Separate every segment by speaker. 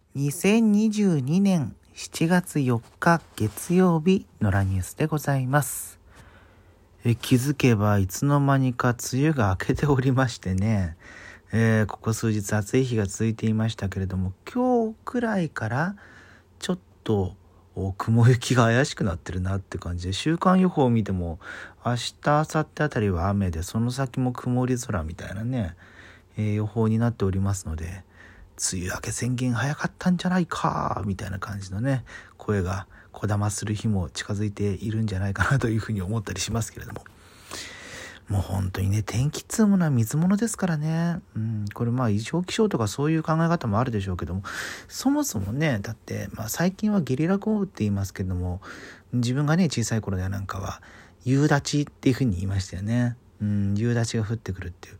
Speaker 1: 2022年7月4日月曜日のラニュースでございます。気づけばいつの間にか梅雨が明けておりましてね、ここ数日暑い日が続いていましたけれども、今日くらいからちょっと雲行きが怪しくなってるなって感じで、週間予報を見ても明日明後日あたりは雨で、その先も曇り空みたいなね、予報になっておりますので、梅雨明け宣言早かったんじゃないかみたいな感じのね、声がこだまする日も近づいているんじゃないかなというふうに思ったりしますけれども、もう本当にね、天気っつうものは水物ですからね。これ異常気象とかそういう考え方もあるでしょうけども、そもそもね、だって最近はゲリラ豪雨って言いますけども、自分がね小さい頃でなんかは夕立っていうふうに言いましたよね。夕立が降ってくるっていう。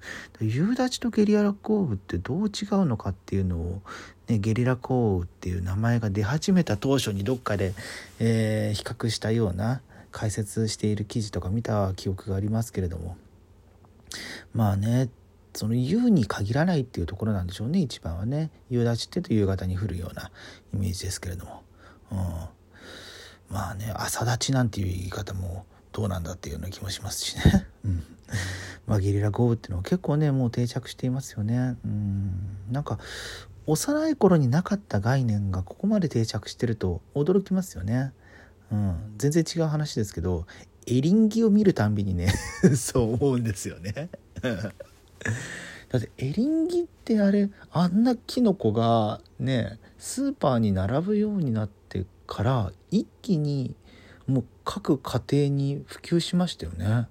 Speaker 1: 夕立とゲリラ豪雨ってどう違うのかっていうのを、ね、ゲリラ豪雨っていう名前が出始めた当初にどっかで、比較したような解説している記事とか見た記憶がありますけれども、その夕に限らないっていうところなんでしょうね。一番はね、夕立ってと夕方に降るようなイメージですけれども、朝立ちなんていう言い方もどうなんだっていうような気もしますしね。ゲリラ豪雨っていうのは結構ねもう定着していますよね。なんか幼い頃になかった概念がここまで定着してると驚きますよね。全然違う話ですけど、エリンギを見るたんびにねそう思うんですよね。だってエリンギってあんなキノコがねスーパーに並ぶようになってから一気にもう各家庭に普及しましたよね。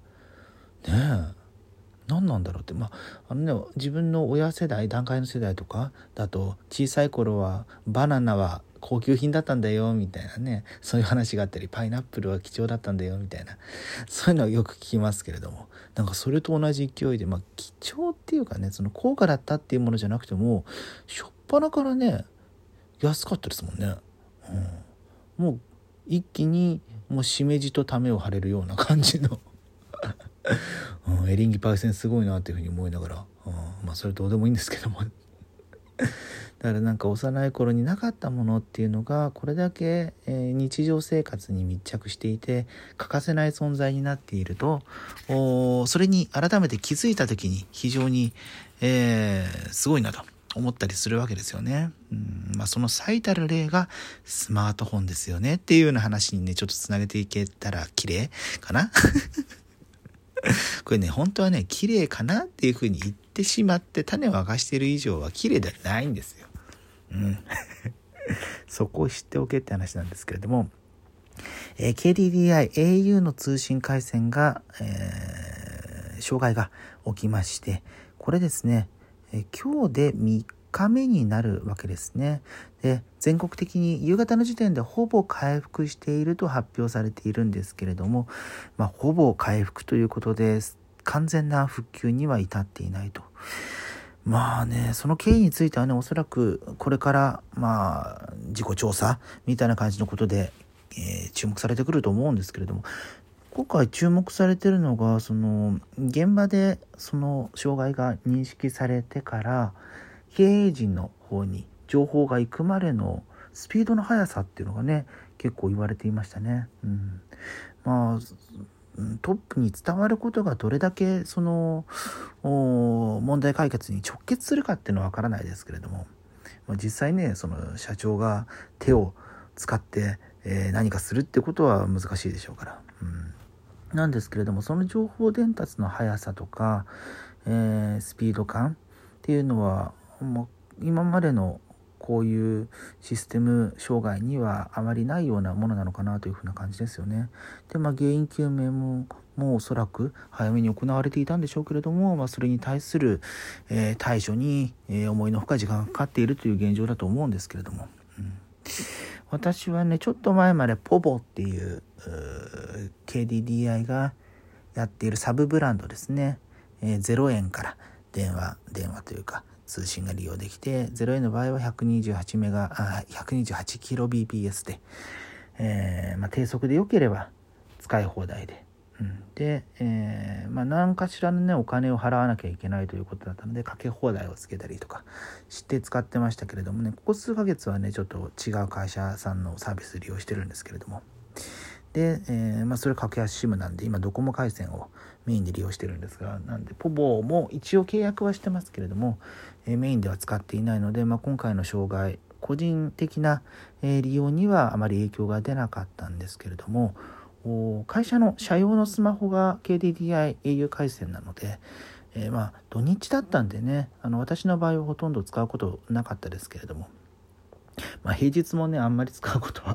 Speaker 1: 何なんだろうって、自分の親世代、団塊の世代とかだと、小さい頃はバナナは高級品だったんだよみたいなね、そういう話があったり、パイナップルは貴重だったんだよみたいな、そういうのはよく聞きますけれども、なんかそれと同じ勢いで、貴重っていうかね、その高価だったっていうものじゃなくても、しょっぱなからね安かったですもんね。もう一気にもうしめじとためを張れるような感じのエリンギパイセンすごいなっていうふうに思いながら、それどうでもいいんですけどもだからなんか幼い頃になかったものっていうのがこれだけ、日常生活に密着していて欠かせない存在になっていると、それに改めて気づいた時に非常に、すごいなと思ったりするわけですよね。その最たる例がスマートフォンですよねっていうような話にねちょっとつなげていけたら綺麗かなこれね本当はね綺麗かなっていう風に言ってしまって種を明かしている以上は綺麗ではないんですよ。そこを知っておけって話なんですけれども、KDDI au の通信回線が、障害が起きまして、これですね、今日で3日目になるわけですね。で、全国的に夕方の時点でほぼ回復していると発表されているんですけれども、ほぼ回復ということで完全な復旧には至っていないと。その経緯についてはね、おそらくこれから自己調査みたいな感じのことで、注目されてくると思うんですけれども、今回注目されているのがその現場でその障害が認識されてから経営陣の方に情報が行くまでのスピードの速さっていうのがね結構言われていましたね。トップに伝わることがどれだけその問題解決に直結するかっていうのはわからないですけれども、実際ねその社長が手を使って、何かするってことは難しいでしょうから、なんですけれども、その情報伝達の速さとか、スピード感っていうのは今までのこういうシステム障害にはあまりないようなものなのかなというふうな感じですよね。で、原因究明もおそらく早めに行われていたんでしょうけれども、それに対する、対処に、思いのほか時間がかかっているという現状だと思うんですけれども、私はねちょっと前までポボっていう、KDDI がやっているサブブランドですね、0円から電話というか通信が利用できて、0円の場合は128kbps で、低速で良ければ使い放題で、 で、何かしらのねお金を払わなきゃいけないということだったので、かけ放題をつけたりとかして使ってましたけれどもね、ここ数ヶ月はねちょっと違う会社さんのサービス利用してるんですけれども、で、それ格安 SIM なんで今ドコモ回線をメインで利用してるんですが、なんでポボも一応契約はしてますけれども、メインでは使っていないので、今回の障害個人的な、利用にはあまり影響が出なかったんですけれども、会社の社用のスマホが KDDI au 回線なので、土日だったんでね、私の場合はほとんど使うことなかったですけれども、平日もねあんまり使うことは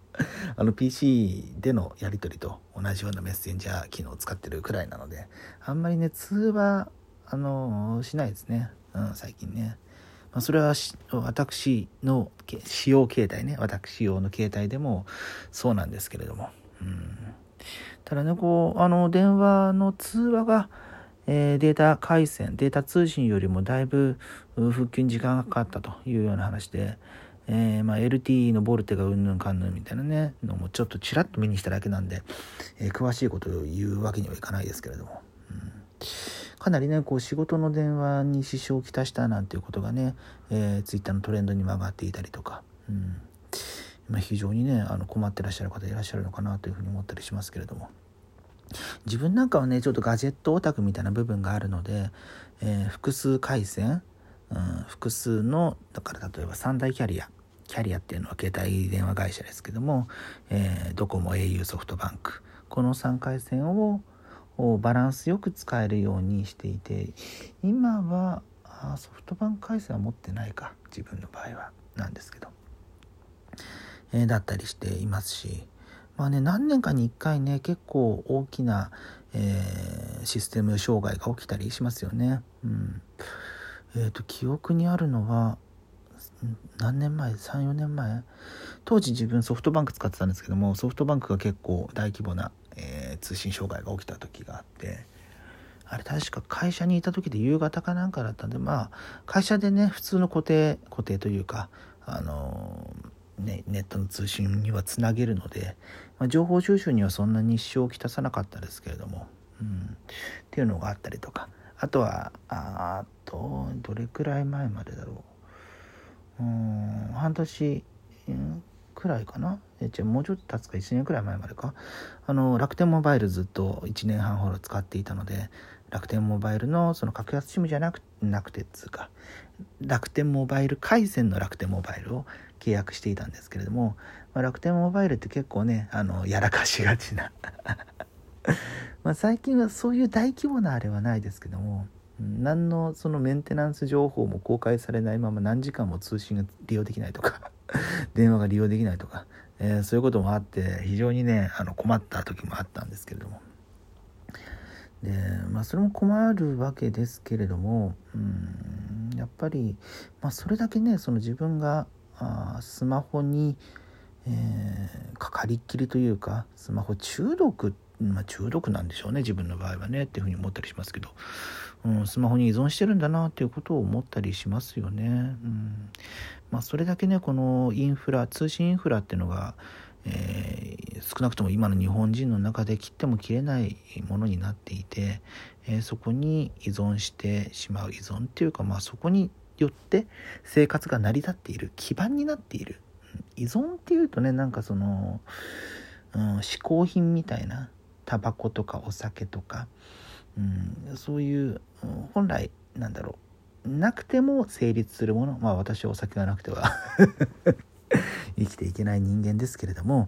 Speaker 1: PC でのやり取りと同じようなメッセンジャー機能を使ってるくらいなので、あんまりね通話しないですね、最近ね。それは私の使用形態ね、私用の形態でもそうなんですけれども、ただね電話の通話が、データ回線データ通信よりもだいぶ復旧に時間がかかったというような話で、LTE のボルテがうんぬんかんぬんみたいなねのもちょっとちらっと目にしただけなんで、詳しいことを言うわけにはいかないですけれども、かなりね仕事の電話に支障をきたしたなんていうことがね、ツイッターのトレンドにも上がっていたりとか、非常にね困ってらっしゃる方いらっしゃるのかなというふうに思ったりしますけれども、自分なんかはねちょっとガジェットオタクみたいな部分があるので、複数回線、複数のだから例えば三大キャリアっていうのは携帯電話会社ですけども、ドコモ au ソフトバンク、この3回線をバランスよく使えるようにしていて、今はソフトバンク回線は持ってないか、自分の場合はなんですけど、だったりしていますし、何年かに1回ね結構大きな、システム障害が起きたりしますよね。記憶にあるのは何年前 3,4 年前、当時自分ソフトバンク使ってたんですけども、ソフトバンクが結構大規模な、通信障害が起きた時があって、あれ確か会社にいた時で夕方かなんかだったんで、会社でね普通の固定というかネットの通信にはつなげるので、情報収集にはそんなに支障をきたさなかったですけれども、っていうのがあったりとか、あとはどれくらい前までだろう、半年くらいかな、もうちょっと経つか1年くらい前までか、楽天モバイルずっと1年半ほど使っていたので、楽天モバイルのその格安 SIM じゃなくてつうか、楽天モバイル回線の楽天モバイルを契約していたんですけれども、楽天モバイルって結構ねやらかしがちな最近はそういう大規模なあれはないですけども、何のそのメンテナンス情報も公開されないまま何時間も通信が利用できないとか電話が利用できないとか、そういうこともあって非常にね困った時もあったんですけれども、でそれも困るわけですけれども、やっぱり、それだけねその自分がスマホに、かかりっきりというか、スマホ中毒なんでしょうね、自分の場合はねっていうふうに思ったりしますけど、スマホに依存してるんだなっていうことを思ったりしますよね。それだけねこの通信インフラっていうのが、少なくとも今の日本人の中で切っても切れないものになっていて、そこに依存してしまう、依存っていうか、そこによって生活が成り立っている基盤になっている、依存っていうとねその、嗜好品みたいな、タバコとかお酒とか、そういう本来なくても成立するもの、私はお酒がなくては生きていけない人間ですけれども、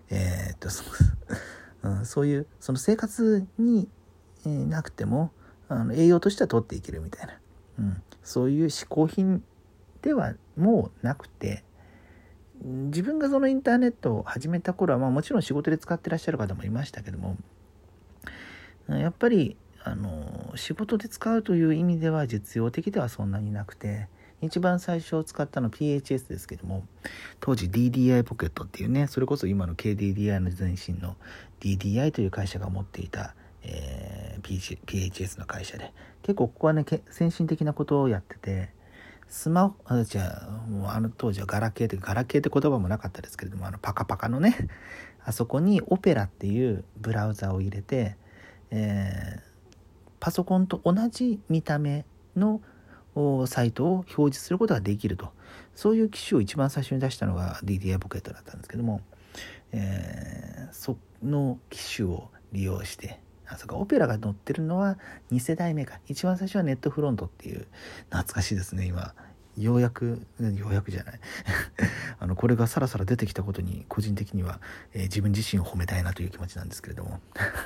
Speaker 1: そういうその生活に、なくても栄養としては取っていけるみたいな、そういう嗜好品ではもうなくて、自分がそのインターネットを始めた頃は、もちろん仕事で使ってらっしゃる方もいましたけども、やっぱり仕事で使うという意味では実用的ではそんなになくて、一番最初使ったの PHS ですけども、当時 DDI ポケットっていうね、それこそ今の KDDI の前身の DDI という会社が持っていた、PHS の会社で、結構ここはね先進的なことをやってて、もう当時はガラケーって言葉もなかったですけれども、パカパカのねあそこにオペラっていうブラウザを入れて、 パソコンと同じ見た目のサイトを表示することができると、そういう機種を一番最初に出したのが DDI ポケットだったんですけども、その機種を利用して、オペラが載ってるのは2世代目か。一番最初はネットフロントっていう、懐かしいですね。今ようやくじゃないこれがさらさら出てきたことに個人的には、自分自身を褒めたいなという気持ちなんですけれども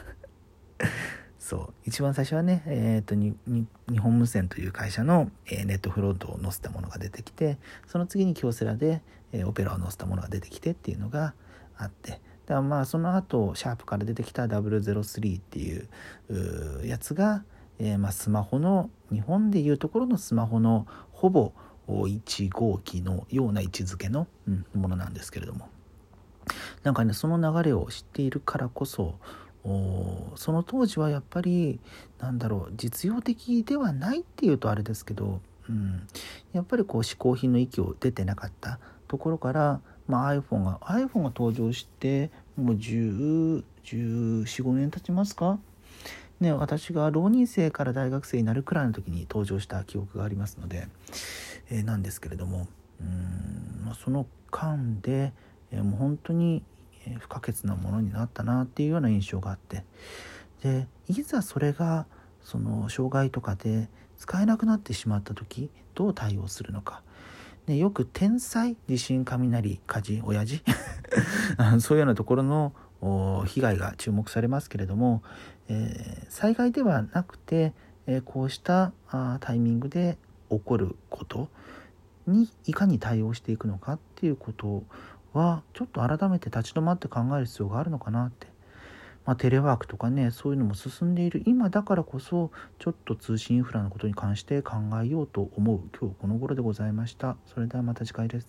Speaker 1: そう一番最初はね、日本無線という会社の、ネットフロントを載せたものが出てきて、その次に京セラで、オペラを載せたものが出てきてっていうのがあって、だからまあその後シャープから出てきた003っていうやつが、スマホの日本でいうところのスマホのほぼ1号機のような位置づけの、ものなんですけれども、なんかねその流れを知っているからこそ、その当時はやっぱり実用的ではないっていうとあれですけど、やっぱりこう嗜好品の域を出てなかったところから、iPhone が登場してもう14、15年経ちますかね。私が浪人生から大学生になるくらいの時に登場した記憶がありますので、なんですけれども、その間で、もう本当に不可欠なものになったなっていうような印象があって、でいざそれがその障害とかで使えなくなってしまった時どう対応するのか、よく天災地震雷火事親父そういうようなところの被害が注目されますけれども、災害ではなくて、こうしたタイミングで起こることにいかに対応していくのかっていうことはちょっと改めて立ち止まって考える必要があるのかなって、テレワークとかね、そういうのも進んでいる今だからこそちょっと通信インフラのことに関して考えようと思う今日この頃でございました。それではまた次回です。